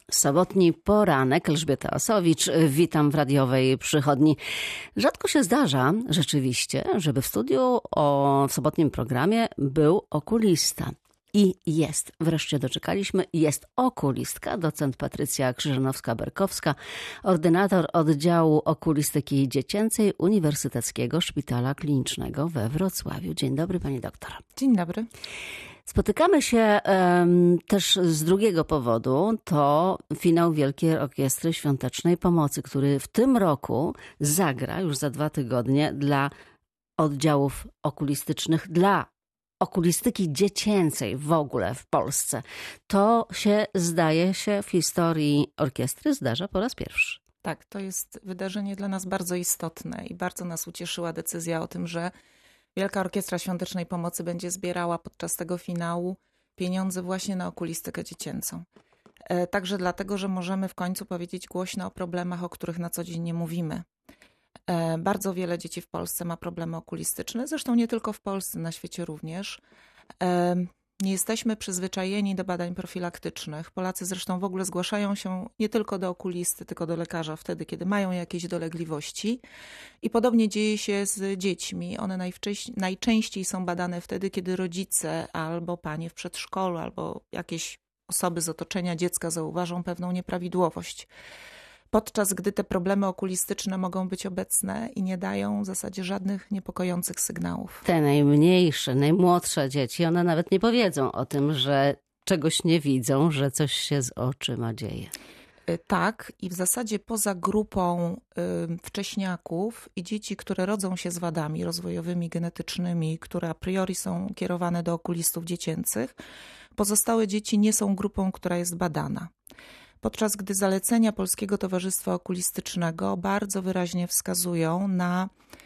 Sobotni poranek, Elżbieta Osowicz. Witam w radiowej przychodni. Rzadko się zdarza rzeczywiście, żeby w studiu w sobotnim programie był okulista. I jest. Wreszcie doczekaliśmy. Jest okulistka, docent Patrycja Krzyżanowska-Berkowska, ordynator oddziału okulistyki dziecięcej Uniwersyteckiego Szpitala Klinicznego we Wrocławiu. Dzień dobry, pani doktor. Dzień dobry. Spotykamy się też z drugiego powodu. To finał Wielkiej Orkiestry Świątecznej Pomocy, który w tym roku zagra już za 2 tygodnie dla oddziałów okulistycznych, dla okulistyki dziecięcej w ogóle w Polsce. To się, zdaje się, w historii orkiestry zdarza po raz pierwszy. Tak, to jest wydarzenie dla nas bardzo istotne i bardzo nas ucieszyła decyzja o tym, że Wielka Orkiestra Świątecznej Pomocy będzie zbierała podczas tego finału pieniądze właśnie na okulistykę dziecięcą. Także dlatego, że możemy w końcu powiedzieć głośno o problemach, o których na co dzień nie mówimy. Bardzo wiele dzieci w Polsce ma problemy okulistyczne, zresztą nie tylko w Polsce, na świecie również. Nie jesteśmy przyzwyczajeni do badań profilaktycznych. Polacy zresztą w ogóle zgłaszają się nie tylko do okulisty, tylko do lekarza wtedy, kiedy mają jakieś dolegliwości. I podobnie dzieje się z dziećmi. One najczęściej są badane wtedy, kiedy rodzice albo panie w przedszkolu, albo jakieś osoby z otoczenia dziecka zauważą pewną nieprawidłowość. Podczas gdy te problemy okulistyczne mogą być obecne i nie dają w zasadzie żadnych niepokojących sygnałów. Te najmniejsze, najmłodsze dzieci, one nawet nie powiedzą o tym, że czegoś nie widzą, że coś się z oczyma dzieje. Tak, i w zasadzie poza grupą wcześniaków i dzieci, które rodzą się z wadami rozwojowymi, genetycznymi, które a priori są kierowane do okulistów dziecięcych, pozostałe dzieci nie są grupą, która jest badana. Podczas gdy zalecenia Polskiego Towarzystwa Okulistycznego bardzo wyraźnie wskazują na,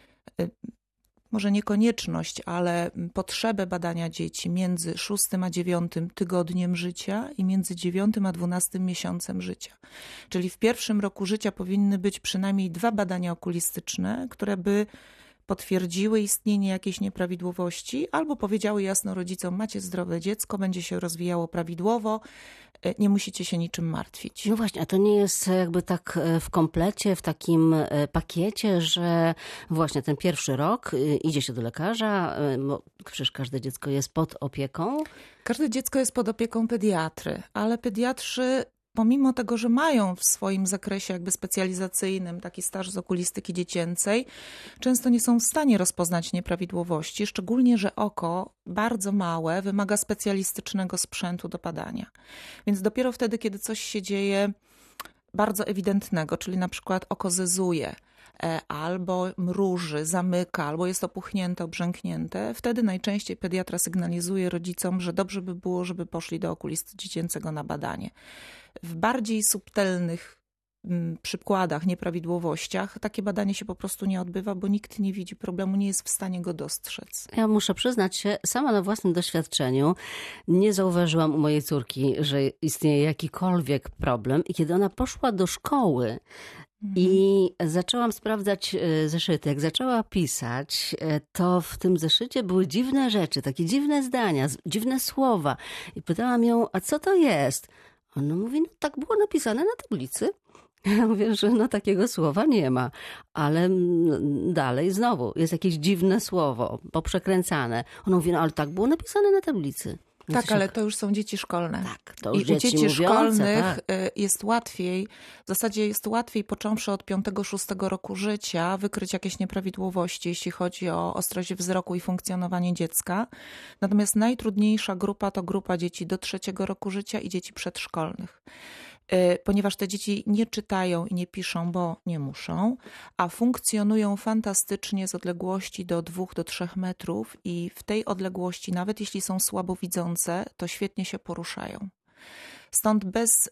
może nie konieczność, ale potrzebę badania dzieci między 6 a 9 tygodniem życia i między 9 a 12 miesiącem życia. Czyli w pierwszym roku życia powinny być przynajmniej 2 badania okulistyczne, które by potwierdziły istnienie jakiejś nieprawidłowości albo powiedziały jasno rodzicom: macie zdrowe dziecko, będzie się rozwijało prawidłowo, nie musicie się niczym martwić. No właśnie, a to nie jest jakby tak w komplecie, w takim pakiecie, że właśnie ten pierwszy rok idzie się do lekarza, bo przecież każde dziecko jest pod opieką. Każde dziecko jest pod opieką pediatry, ale pediatrzy, pomimo tego, że mają w swoim zakresie jakby specjalizacyjnym taki staż z okulistyki dziecięcej, często nie są w stanie rozpoznać nieprawidłowości, szczególnie że oko bardzo małe wymaga specjalistycznego sprzętu do badania. Więc dopiero wtedy, kiedy coś się dzieje bardzo ewidentnego, czyli na przykład oko zezuje, albo mruży, zamyka, albo jest opuchnięte, obrzęknięte, wtedy najczęściej pediatra sygnalizuje rodzicom, że dobrze by było, żeby poszli do okulisty dziecięcego na badanie. W bardziej subtelnych przykładach, nieprawidłowościach takie badanie się po prostu nie odbywa, bo nikt nie widzi problemu, nie jest w stanie go dostrzec. Ja muszę przyznać się, sama na własnym doświadczeniu nie zauważyłam u mojej córki, że istnieje jakikolwiek problem, i kiedy ona poszła do szkoły i zaczęłam sprawdzać zeszyty. Jak zaczęła pisać, to w tym zeszycie były dziwne rzeczy, takie dziwne zdania, dziwne słowa. I pytałam ją: a co to jest? Ona mówi: no tak było napisane na tablicy. Ja mówię, że no takiego słowa nie ma, ale dalej znowu jest jakieś dziwne słowo, poprzekręcane. Ona mówi: no ale tak było napisane na tablicy. Tak, ale to już są dzieci szkolne. Tak, to już i u dzieci mówiące, szkolnych tak. Jest łatwiej, w zasadzie jest łatwiej począwszy od 5-6 roku życia wykryć jakieś nieprawidłowości, jeśli chodzi o ostrość wzroku i funkcjonowanie dziecka. Natomiast najtrudniejsza grupa to grupa dzieci do 3 roku życia i dzieci przedszkolnych. Ponieważ te dzieci nie czytają i nie piszą, bo nie muszą, a funkcjonują fantastycznie z odległości do 2-3 metrów i w tej odległości, nawet jeśli są słabowidzące, to świetnie się poruszają. Stąd bez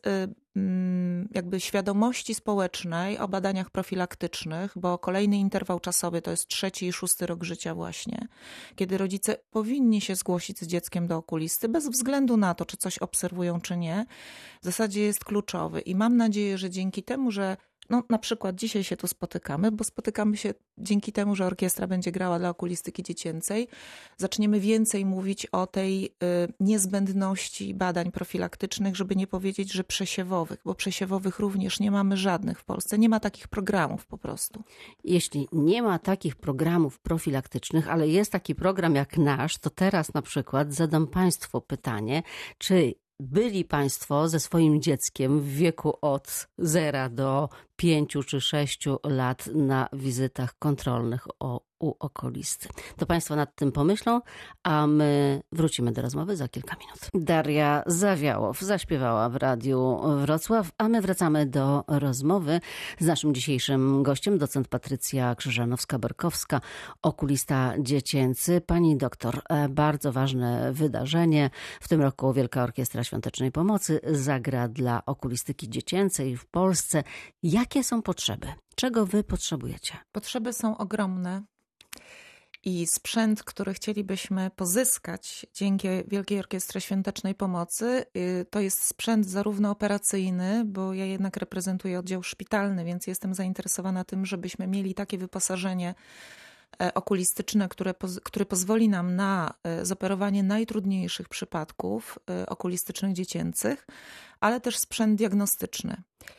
jakby świadomości społecznej o badaniach profilaktycznych, bo kolejny interwał czasowy to jest 3. i 6 rok życia właśnie, kiedy rodzice powinni się zgłosić z dzieckiem do okulisty, bez względu na to, czy coś obserwują, czy nie, w zasadzie jest kluczowy. I mam nadzieję, że dzięki temu, że No, na przykład dzisiaj się tu spotykamy, bo spotykamy się dzięki temu, że orkiestra będzie grała dla okulistyki dziecięcej. Zaczniemy więcej mówić o tej niezbędności badań profilaktycznych, żeby nie powiedzieć, że przesiewowych, bo przesiewowych również nie mamy żadnych w Polsce. Nie ma takich programów po prostu. Jeśli nie ma takich programów profilaktycznych, ale jest taki program jak nasz, to teraz na przykład zadam Państwu pytanie, czy byli Państwo ze swoim dzieckiem w wieku od 0 do 5 czy 6 lat na wizytach kontrolnych u okulisty. To Państwo nad tym pomyślą, a my wrócimy do rozmowy za kilka minut. Daria Zawiałow zaśpiewała w Radiu Wrocław, a my wracamy do rozmowy z naszym dzisiejszym gościem, docent Patrycja Krzyżanowska-Berkowska, okulista dziecięcy. Pani doktor, bardzo ważne wydarzenie. W tym roku Wielka Orkiestra Świątecznej Pomocy zagra dla okulistyki dziecięcej w Polsce. Jakie są potrzeby? Czego wy potrzebujecie? Potrzeby są ogromne. I sprzęt, który chcielibyśmy pozyskać dzięki Wielkiej Orkiestrze Świątecznej Pomocy, to jest sprzęt zarówno operacyjny, bo ja jednak reprezentuję oddział szpitalny, więc jestem zainteresowana tym, żebyśmy mieli takie wyposażenie okulistyczne, które pozwoli nam na zoperowanie najtrudniejszych przypadków okulistycznych dziecięcych, ale też sprzęt diagnostyczny.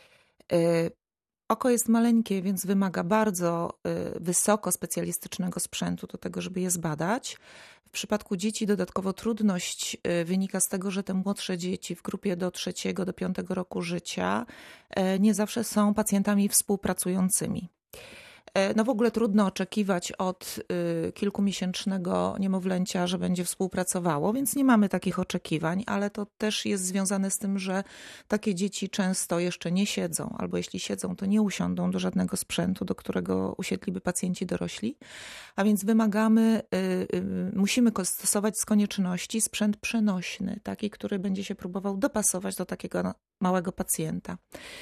Oko jest maleńkie, więc wymaga bardzo wysoko specjalistycznego sprzętu do tego, żeby je zbadać. W przypadku dzieci dodatkowo trudność wynika z tego, że te młodsze dzieci w grupie do 3. do 5. roku życia nie zawsze są pacjentami współpracującymi. No w ogóle trudno oczekiwać od kilkumiesięcznego niemowlęcia, że będzie współpracowało, więc nie mamy takich oczekiwań, ale to też jest związane z tym, że takie dzieci często jeszcze nie siedzą, albo jeśli siedzą, to nie usiądą do żadnego sprzętu, do którego usiedliby pacjenci dorośli, a więc musimy stosować z konieczności sprzęt przenośny, taki, który będzie się próbował dopasować do takiego małego pacjenta.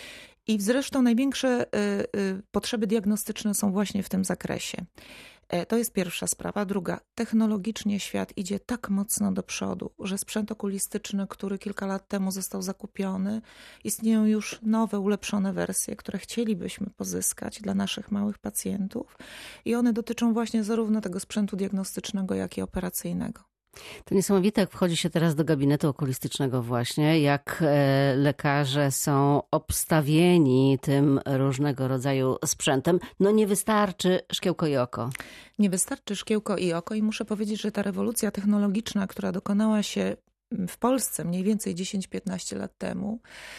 I zresztą największe potrzeby diagnostyczne są właśnie w tym zakresie. To jest pierwsza sprawa. Druga, technologicznie świat idzie tak mocno do przodu, że sprzęt okulistyczny, który kilka lat temu został zakupiony, istnieją już nowe, ulepszone wersje, które chcielibyśmy pozyskać dla naszych małych pacjentów i one dotyczą właśnie zarówno tego sprzętu diagnostycznego, jak i operacyjnego. To niesamowite, jak wchodzi się teraz do gabinetu okulistycznego właśnie, jak lekarze są obstawieni tym różnego rodzaju sprzętem. No nie wystarczy szkiełko i oko. Nie wystarczy szkiełko i oko i muszę powiedzieć, że ta rewolucja technologiczna, która dokonała się w Polsce mniej więcej 10-15 lat temu,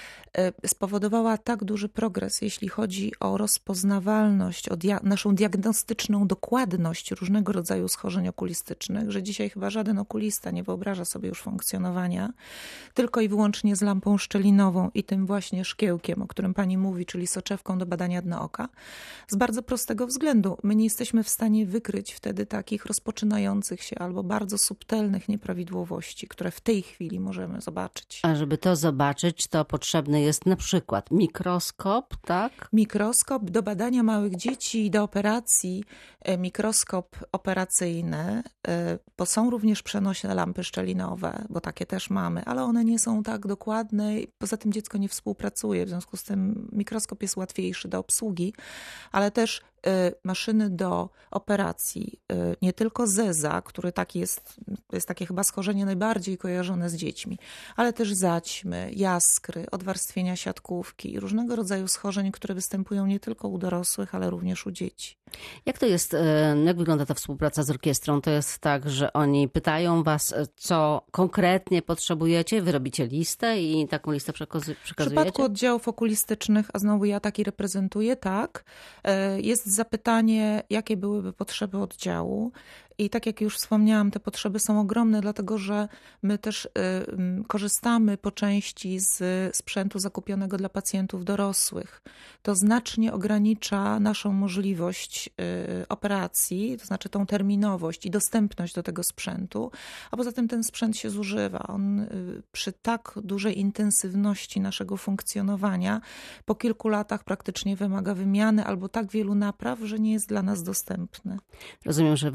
spowodowała tak duży progres, jeśli chodzi o rozpoznawalność, o naszą diagnostyczną dokładność różnego rodzaju schorzeń okulistycznych, że dzisiaj chyba żaden okulista nie wyobraża sobie już funkcjonowania tylko i wyłącznie z lampą szczelinową i tym właśnie szkiełkiem, o którym pani mówi, czyli soczewką do badania dna oka. Z bardzo prostego względu. My nie jesteśmy w stanie wykryć wtedy takich rozpoczynających się albo bardzo subtelnych nieprawidłowości, które w tej chwili możemy zobaczyć. A żeby to zobaczyć, to potrzebny jest na przykład mikroskop, tak? Mikroskop do badania małych dzieci i do operacji, mikroskop operacyjny, bo są również przenośne lampy szczelinowe, bo takie też mamy, ale one nie są tak dokładne, poza tym dziecko nie współpracuje, w związku z tym mikroskop jest łatwiejszy do obsługi, ale też maszyny do operacji, nie tylko ZEZA, który taki jest, to jest takie chyba schorzenie najbardziej kojarzone z dziećmi, ale też zaćmy, jaskry, odwarstwienia siatkówki i różnego rodzaju schorzeń, które występują nie tylko u dorosłych, ale również u dzieci. Jak to jest, jak wygląda ta współpraca z orkiestrą? To jest tak, że oni pytają was, co konkretnie potrzebujecie, wy robicie listę i taką listę przekazujecie? W przypadku oddziałów okulistycznych, a znowu ja taki reprezentuję, tak, jest zapytanie, jakie byłyby potrzeby oddziału. I tak jak już wspomniałam, te potrzeby są ogromne, dlatego że my też korzystamy po części z sprzętu zakupionego dla pacjentów dorosłych. To znacznie ogranicza naszą możliwość operacji, to znaczy tą terminowość i dostępność do tego sprzętu, a poza tym ten sprzęt się zużywa. On przy tak dużej intensywności naszego funkcjonowania po kilku latach praktycznie wymaga wymiany albo tak wielu napraw, że nie jest dla nas dostępny. Rozumiem, że wy do Mikołaja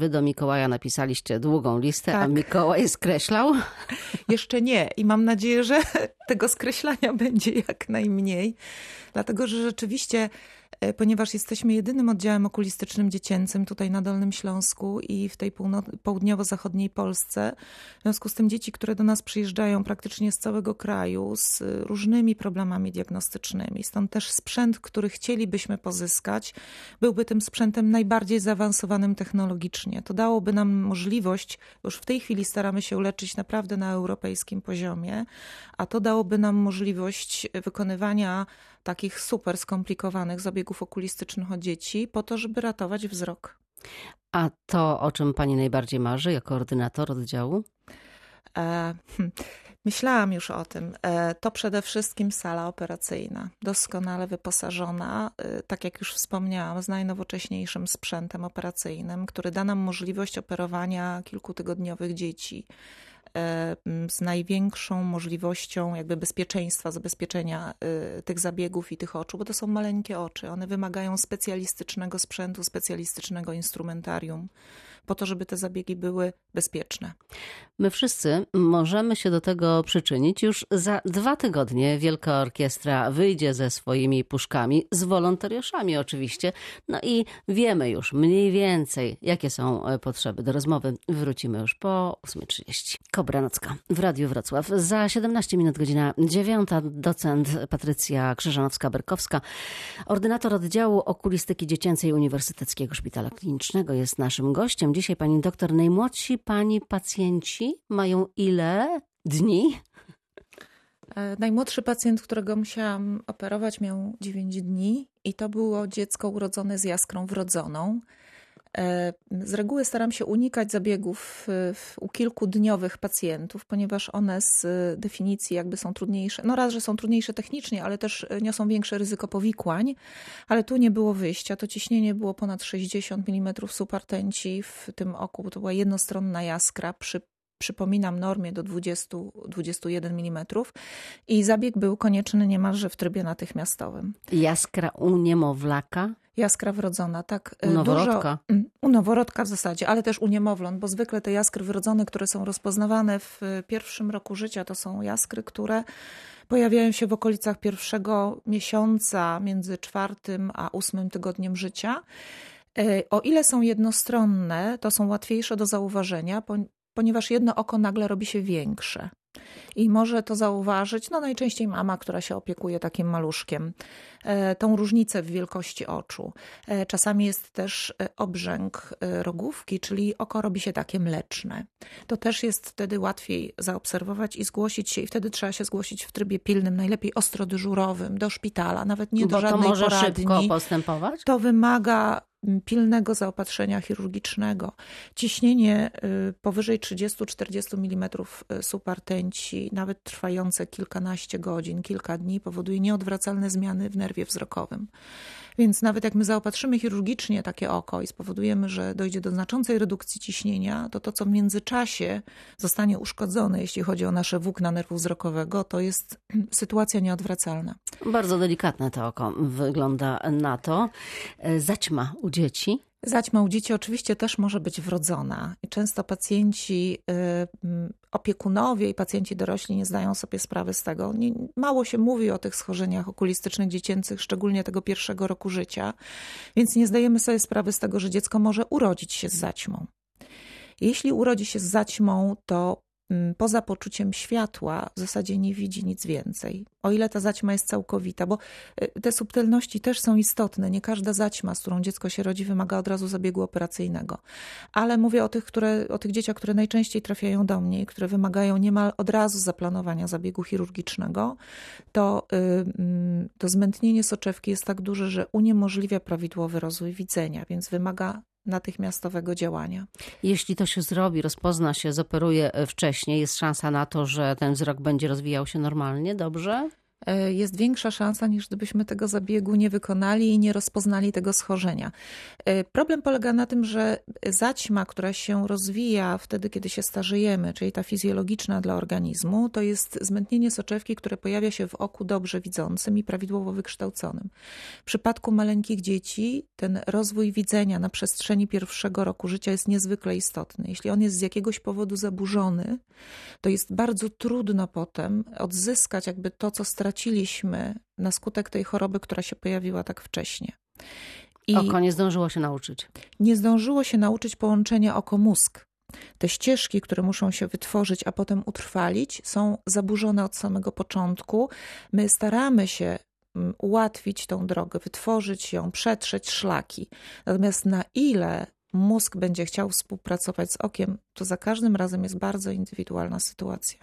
Mikołaja napisaliście długą listę, Tak. a Mikołaj skreślał? Jeszcze nie i mam nadzieję, że tego skreślania będzie jak najmniej, dlatego że rzeczywiście, ponieważ jesteśmy jedynym oddziałem okulistycznym dziecięcym tutaj na Dolnym Śląsku i w tej południowo-zachodniej Polsce, w związku z tym dzieci, które do nas przyjeżdżają praktycznie z całego kraju z różnymi problemami diagnostycznymi, stąd też sprzęt, który chcielibyśmy pozyskać, byłby tym sprzętem najbardziej zaawansowanym technologicznie. To dałoby nam możliwość, bo już w tej chwili staramy się leczyć naprawdę na europejskim poziomie, a to dałoby nam możliwość wykonywania takich super skomplikowanych zabiegów okulistycznych u dzieci po to, żeby ratować wzrok. A to, o czym pani najbardziej marzy jako ordynator oddziału? Myślałam już o tym. To przede wszystkim sala operacyjna, doskonale wyposażona, tak jak już wspomniałam, z najnowocześniejszym sprzętem operacyjnym, który da nam możliwość operowania kilkutygodniowych dzieci z największą możliwością jakby bezpieczeństwa, zabezpieczenia tych zabiegów i tych oczu, bo to są maleńkie oczy. One wymagają specjalistycznego sprzętu, specjalistycznego instrumentarium po to, żeby te zabiegi były bezpieczne. My wszyscy możemy się do tego przyczynić. Już za 2 tygodnie Wielka Orkiestra wyjdzie ze swoimi puszkami, z wolontariuszami oczywiście. No i wiemy już mniej więcej, jakie są potrzeby. Do rozmowy wrócimy już po 8:30. Kobra Nocka w Radiu Wrocław. Za 17 minut godzina 9. Docent Patrycja Krzyżanowska-Berkowska, ordynator oddziału okulistyki dziecięcej Uniwersyteckiego Szpitala Klinicznego, jest naszym gościem. Dzisiaj pani doktor, najmłodsi pani pacjenci mają ile dni? Najmłodszy pacjent, którego musiałam operować, miał 9 dni i to było dziecko urodzone z jaskrą wrodzoną. Z reguły staram się unikać zabiegów u kilkudniowych pacjentów, ponieważ one z definicji jakby są trudniejsze. No raz, że są trudniejsze technicznie, ale też niosą większe ryzyko powikłań. Ale tu nie było wyjścia. To ciśnienie było ponad 60 mm subartęci w tym oku, bo to była jednostronna jaskra przypominam normie do 20-21 mm i zabieg był konieczny niemalże w trybie natychmiastowym. Jaskra u niemowlaka? Jaskra wrodzona, tak. U noworodka? U noworodka w zasadzie, ale też u niemowląt, bo zwykle te jaskry wrodzone, które są rozpoznawane w pierwszym roku życia, to są jaskry, które pojawiają się w okolicach pierwszego miesiąca między 4. a 8. tygodniem życia. O ile są jednostronne, to są łatwiejsze do zauważenia, ponieważ jedno oko nagle robi się większe. I może to zauważyć, no najczęściej mama, która się opiekuje takim maluszkiem, tą różnicę w wielkości oczu. Czasami jest też obrzęk rogówki, czyli oko robi się takie mleczne. To też jest wtedy łatwiej zaobserwować i zgłosić się i wtedy trzeba się zgłosić w trybie pilnym, najlepiej ostro dyżurowym, do szpitala, nawet nie do żadnej poradni. Bo to może szybko postępować? To wymaga pilnego zaopatrzenia chirurgicznego. Ciśnienie powyżej 30-40 mm subartęci, nawet trwające kilkanaście godzin, kilka dni, powoduje nieodwracalne zmiany w nerwie wzrokowym. Więc nawet jak my zaopatrzymy chirurgicznie takie oko i spowodujemy, że dojdzie do znaczącej redukcji ciśnienia, to co w międzyczasie zostanie uszkodzone, jeśli chodzi o nasze włókna nerwu wzrokowego, to jest sytuacja nieodwracalna. Bardzo delikatne to oko wygląda na to. Zaćma u dzieci? Zaćma u dzieci oczywiście też może być wrodzona i często pacjenci, opiekunowie i pacjenci dorośli nie zdają sobie sprawy z tego. Mało się mówi o tych schorzeniach okulistycznych dziecięcych, szczególnie tego pierwszego roku życia, więc nie zdajemy sobie sprawy z tego, że dziecko może urodzić się z zaćmą. Jeśli urodzi się z zaćmą, to poza poczuciem światła w zasadzie nie widzi nic więcej. O ile ta zaćma jest całkowita, bo te subtelności też są istotne. Nie każda zaćma, z którą dziecko się rodzi, wymaga od razu zabiegu operacyjnego. Ale mówię o tych dzieciach, które najczęściej trafiają do mnie i które wymagają niemal od razu zaplanowania zabiegu chirurgicznego, to zmętnienie soczewki jest tak duże, że uniemożliwia prawidłowy rozwój widzenia, więc wymaga natychmiastowego działania. Jeśli to się zrobi, rozpozna się, zoperuje wcześniej, jest szansa na to, że ten wzrok będzie rozwijał się normalnie, dobrze? jest większa szansa, niż gdybyśmy tego zabiegu nie wykonali i nie rozpoznali tego schorzenia. Problem polega na tym, że zaćma, która się rozwija wtedy, kiedy się starzejemy, czyli ta fizjologiczna dla organizmu, to jest zmętnienie soczewki, które pojawia się w oku dobrze widzącym i prawidłowo wykształconym. W przypadku maleńkich dzieci ten rozwój widzenia na przestrzeni pierwszego roku życia jest niezwykle istotny. Jeśli on jest z jakiegoś powodu zaburzony, to jest bardzo trudno potem odzyskać jakby to, co straciliśmy na skutek tej choroby, która się pojawiła tak wcześnie. I oko nie zdążyło się nauczyć. Nie zdążyło się nauczyć połączenia oko-mózg. Te ścieżki, które muszą się wytworzyć, a potem utrwalić, są zaburzone od samego początku. My staramy się ułatwić tą drogę, wytworzyć ją, przetrzeć szlaki. Natomiast na ile mózg będzie chciał współpracować z okiem, to za każdym razem jest bardzo indywidualna sytuacja.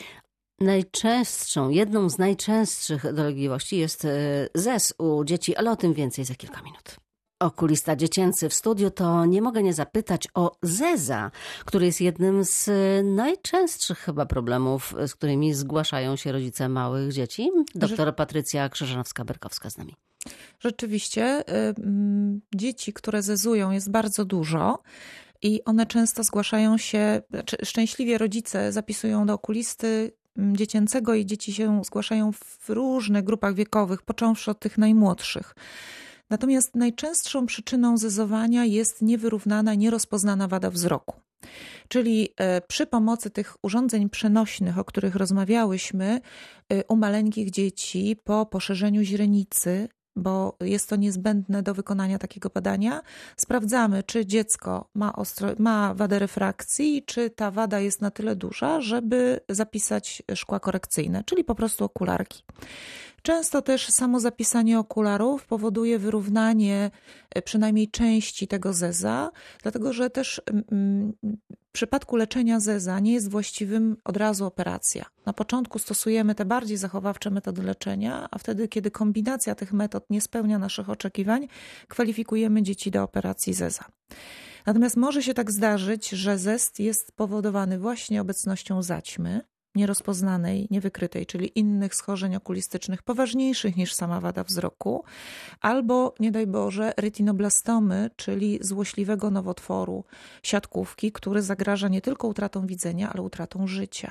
Jedną z najczęstszych dolegliwości jest ZES u dzieci, ale o tym więcej za kilka minut. Okulista dziecięcy w studiu, to nie mogę nie zapytać o ZEZa, który jest jednym z najczęstszych chyba problemów, z którymi zgłaszają się rodzice małych dzieci. Doktor Patrycja Krzyżanowska-Berkowska z nami. Rzeczywiście dzieci, które zezują, jest bardzo dużo i one często zgłaszają się, szczęśliwie rodzice zapisują do okulisty dziecięcego i dzieci się zgłaszają w różnych grupach wiekowych, począwszy od tych najmłodszych. Natomiast najczęstszą przyczyną zezowania jest niewyrównana, nierozpoznana wada wzroku. Czyli przy pomocy tych urządzeń przenośnych, o których rozmawiałyśmy, u maleńkich dzieci po poszerzeniu źrenicy, bo jest to niezbędne do wykonania takiego badania, sprawdzamy, czy dziecko ma wadę refrakcji, czy ta wada jest na tyle duża, żeby zapisać szkła korekcyjne, czyli po prostu okularki. Często też samo zapisanie okularów powoduje wyrównanie przynajmniej części tego zeza, dlatego że też w przypadku leczenia zeza nie jest właściwym od razu operacja. Na początku stosujemy te bardziej zachowawcze metody leczenia, a wtedy, kiedy kombinacja tych metod nie spełnia naszych oczekiwań, kwalifikujemy dzieci do operacji zeza. Natomiast może się tak zdarzyć, że zez jest powodowany właśnie obecnością zaćmy, nierozpoznanej, niewykrytej, czyli innych schorzeń okulistycznych poważniejszych niż sama wada wzroku, albo, nie daj Boże, retinoblastomy, czyli złośliwego nowotworu siatkówki, który zagraża nie tylko utratą widzenia, ale utratą życia.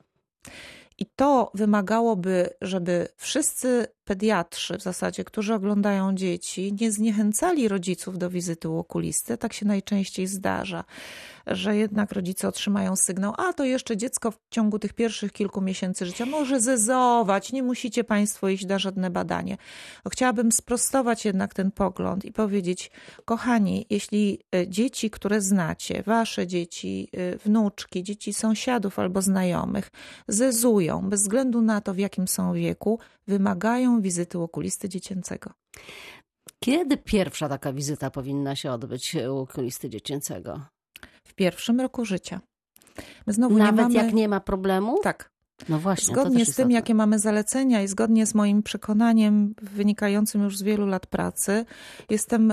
I to wymagałoby, żeby wszyscy pediatrzy w zasadzie, którzy oglądają dzieci, nie zniechęcali rodziców do wizyty u okulisty. Tak się najczęściej zdarza, że jednak rodzice otrzymają sygnał, a to jeszcze dziecko w ciągu tych pierwszych kilku miesięcy życia może zezować, nie musicie Państwo iść na żadne badanie. Chciałabym sprostować jednak ten pogląd i powiedzieć, kochani, jeśli dzieci, które znacie, wasze dzieci, wnuczki, dzieci sąsiadów albo znajomych zezują, bez względu na to, w jakim są wieku, wymagają wizyty u okulisty dziecięcego. Kiedy pierwsza taka wizyta powinna się odbyć u okulisty dziecięcego? W pierwszym roku życia. My znowu Nawet jak nie ma problemu? Tak. No właśnie, zgodnie z tym, jakie mamy zalecenia i zgodnie z moim przekonaniem wynikającym już z wielu lat pracy, jestem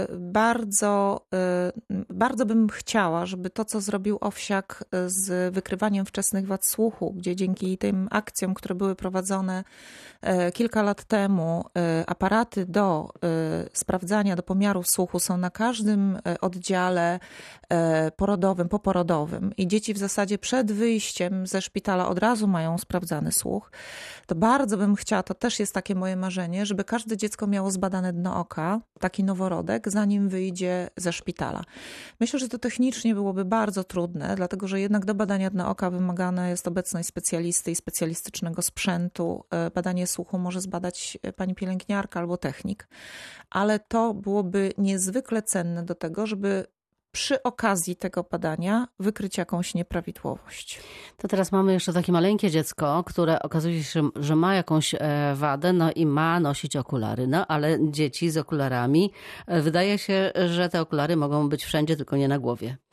bardzo bym chciała, żeby to, co zrobił Owsiak z wykrywaniem wczesnych wad słuchu, gdzie dzięki tym akcjom, które były prowadzone kilka lat temu, aparaty do sprawdzania, do pomiarów słuchu są na każdym oddziale porodowym, poporodowym i dzieci w zasadzie przed wyjściem ze szpitala od razu mają sprawdzany słuch, to bardzo bym chciała, to też jest takie moje marzenie, żeby każde dziecko miało zbadane dno oka, taki noworodek, zanim wyjdzie ze szpitala. Myślę, że to technicznie byłoby bardzo trudne, dlatego że jednak do badania dna oka wymagana jest obecność specjalisty i specjalistycznego sprzętu. Badanie słuchu może zbadać pani pielęgniarka albo technik, ale to byłoby niezwykle cenne do tego, żeby przy okazji tego badania wykryć jakąś nieprawidłowość. To teraz mamy jeszcze takie maleńkie dziecko, które okazuje się, że ma jakąś wadę, no i ma nosić okulary. No ale dzieci z okularami, wydaje się, że te okulary mogą być wszędzie, tylko nie na głowie.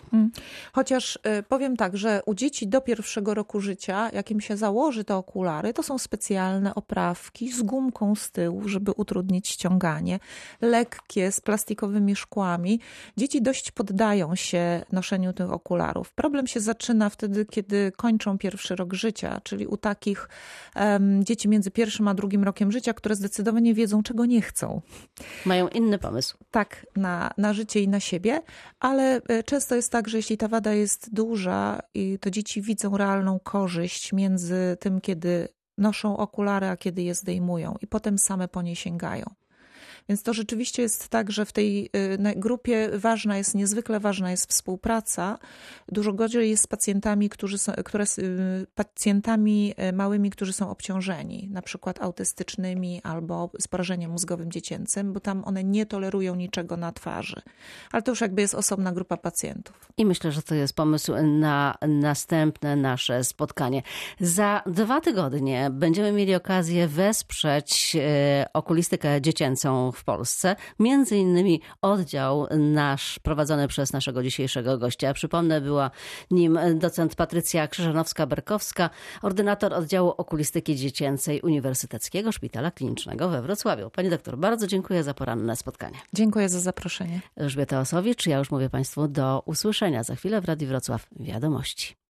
Chociaż powiem tak, że u dzieci do 1. roku życia, jak im się założy te okulary, to są specjalne oprawki z gumką z tyłu, żeby utrudnić ściąganie, lekkie, z plastikowymi szkłami. Dzieci dość poddają się noszeniu tych okularów. Problem się zaczyna wtedy, kiedy kończą 1. rok życia, czyli u takich dzieci między 1. a 2. rokiem życia, które zdecydowanie wiedzą, czego nie chcą. Mają inny pomysł. Tak, na życie i na siebie, ale często jest tak, że jeśli ta wada jest duża, to dzieci widzą realną korzyść między tym, kiedy noszą okulary, a kiedy je zdejmują i potem same po nie sięgają. Więc to rzeczywiście jest tak, że w tej grupie niezwykle ważna jest współpraca. Dużo gorzej jest z pacjentami, pacjentami małymi, którzy są obciążeni, na przykład autystycznymi albo z porażeniem mózgowym dziecięcym, bo tam one nie tolerują niczego na twarzy. Ale to już jakby jest osobna grupa pacjentów. I myślę, że to jest pomysł na następne nasze spotkanie. Za 2 tygodnie będziemy mieli okazję wesprzeć okulistykę dziecięcą w Polsce. Między innymi oddział nasz prowadzony przez naszego dzisiejszego gościa. Przypomnę, była nim docent Patrycja Krzyżanowska-Berkowska, ordynator oddziału okulistyki dziecięcej Uniwersyteckiego Szpitala Klinicznego we Wrocławiu. Pani doktor, bardzo dziękuję za poranne spotkanie. Dziękuję za zaproszenie. Elżbieta Osowicz, ja już mówię Państwu do usłyszenia za chwilę w Radiu Wrocław Wiadomości.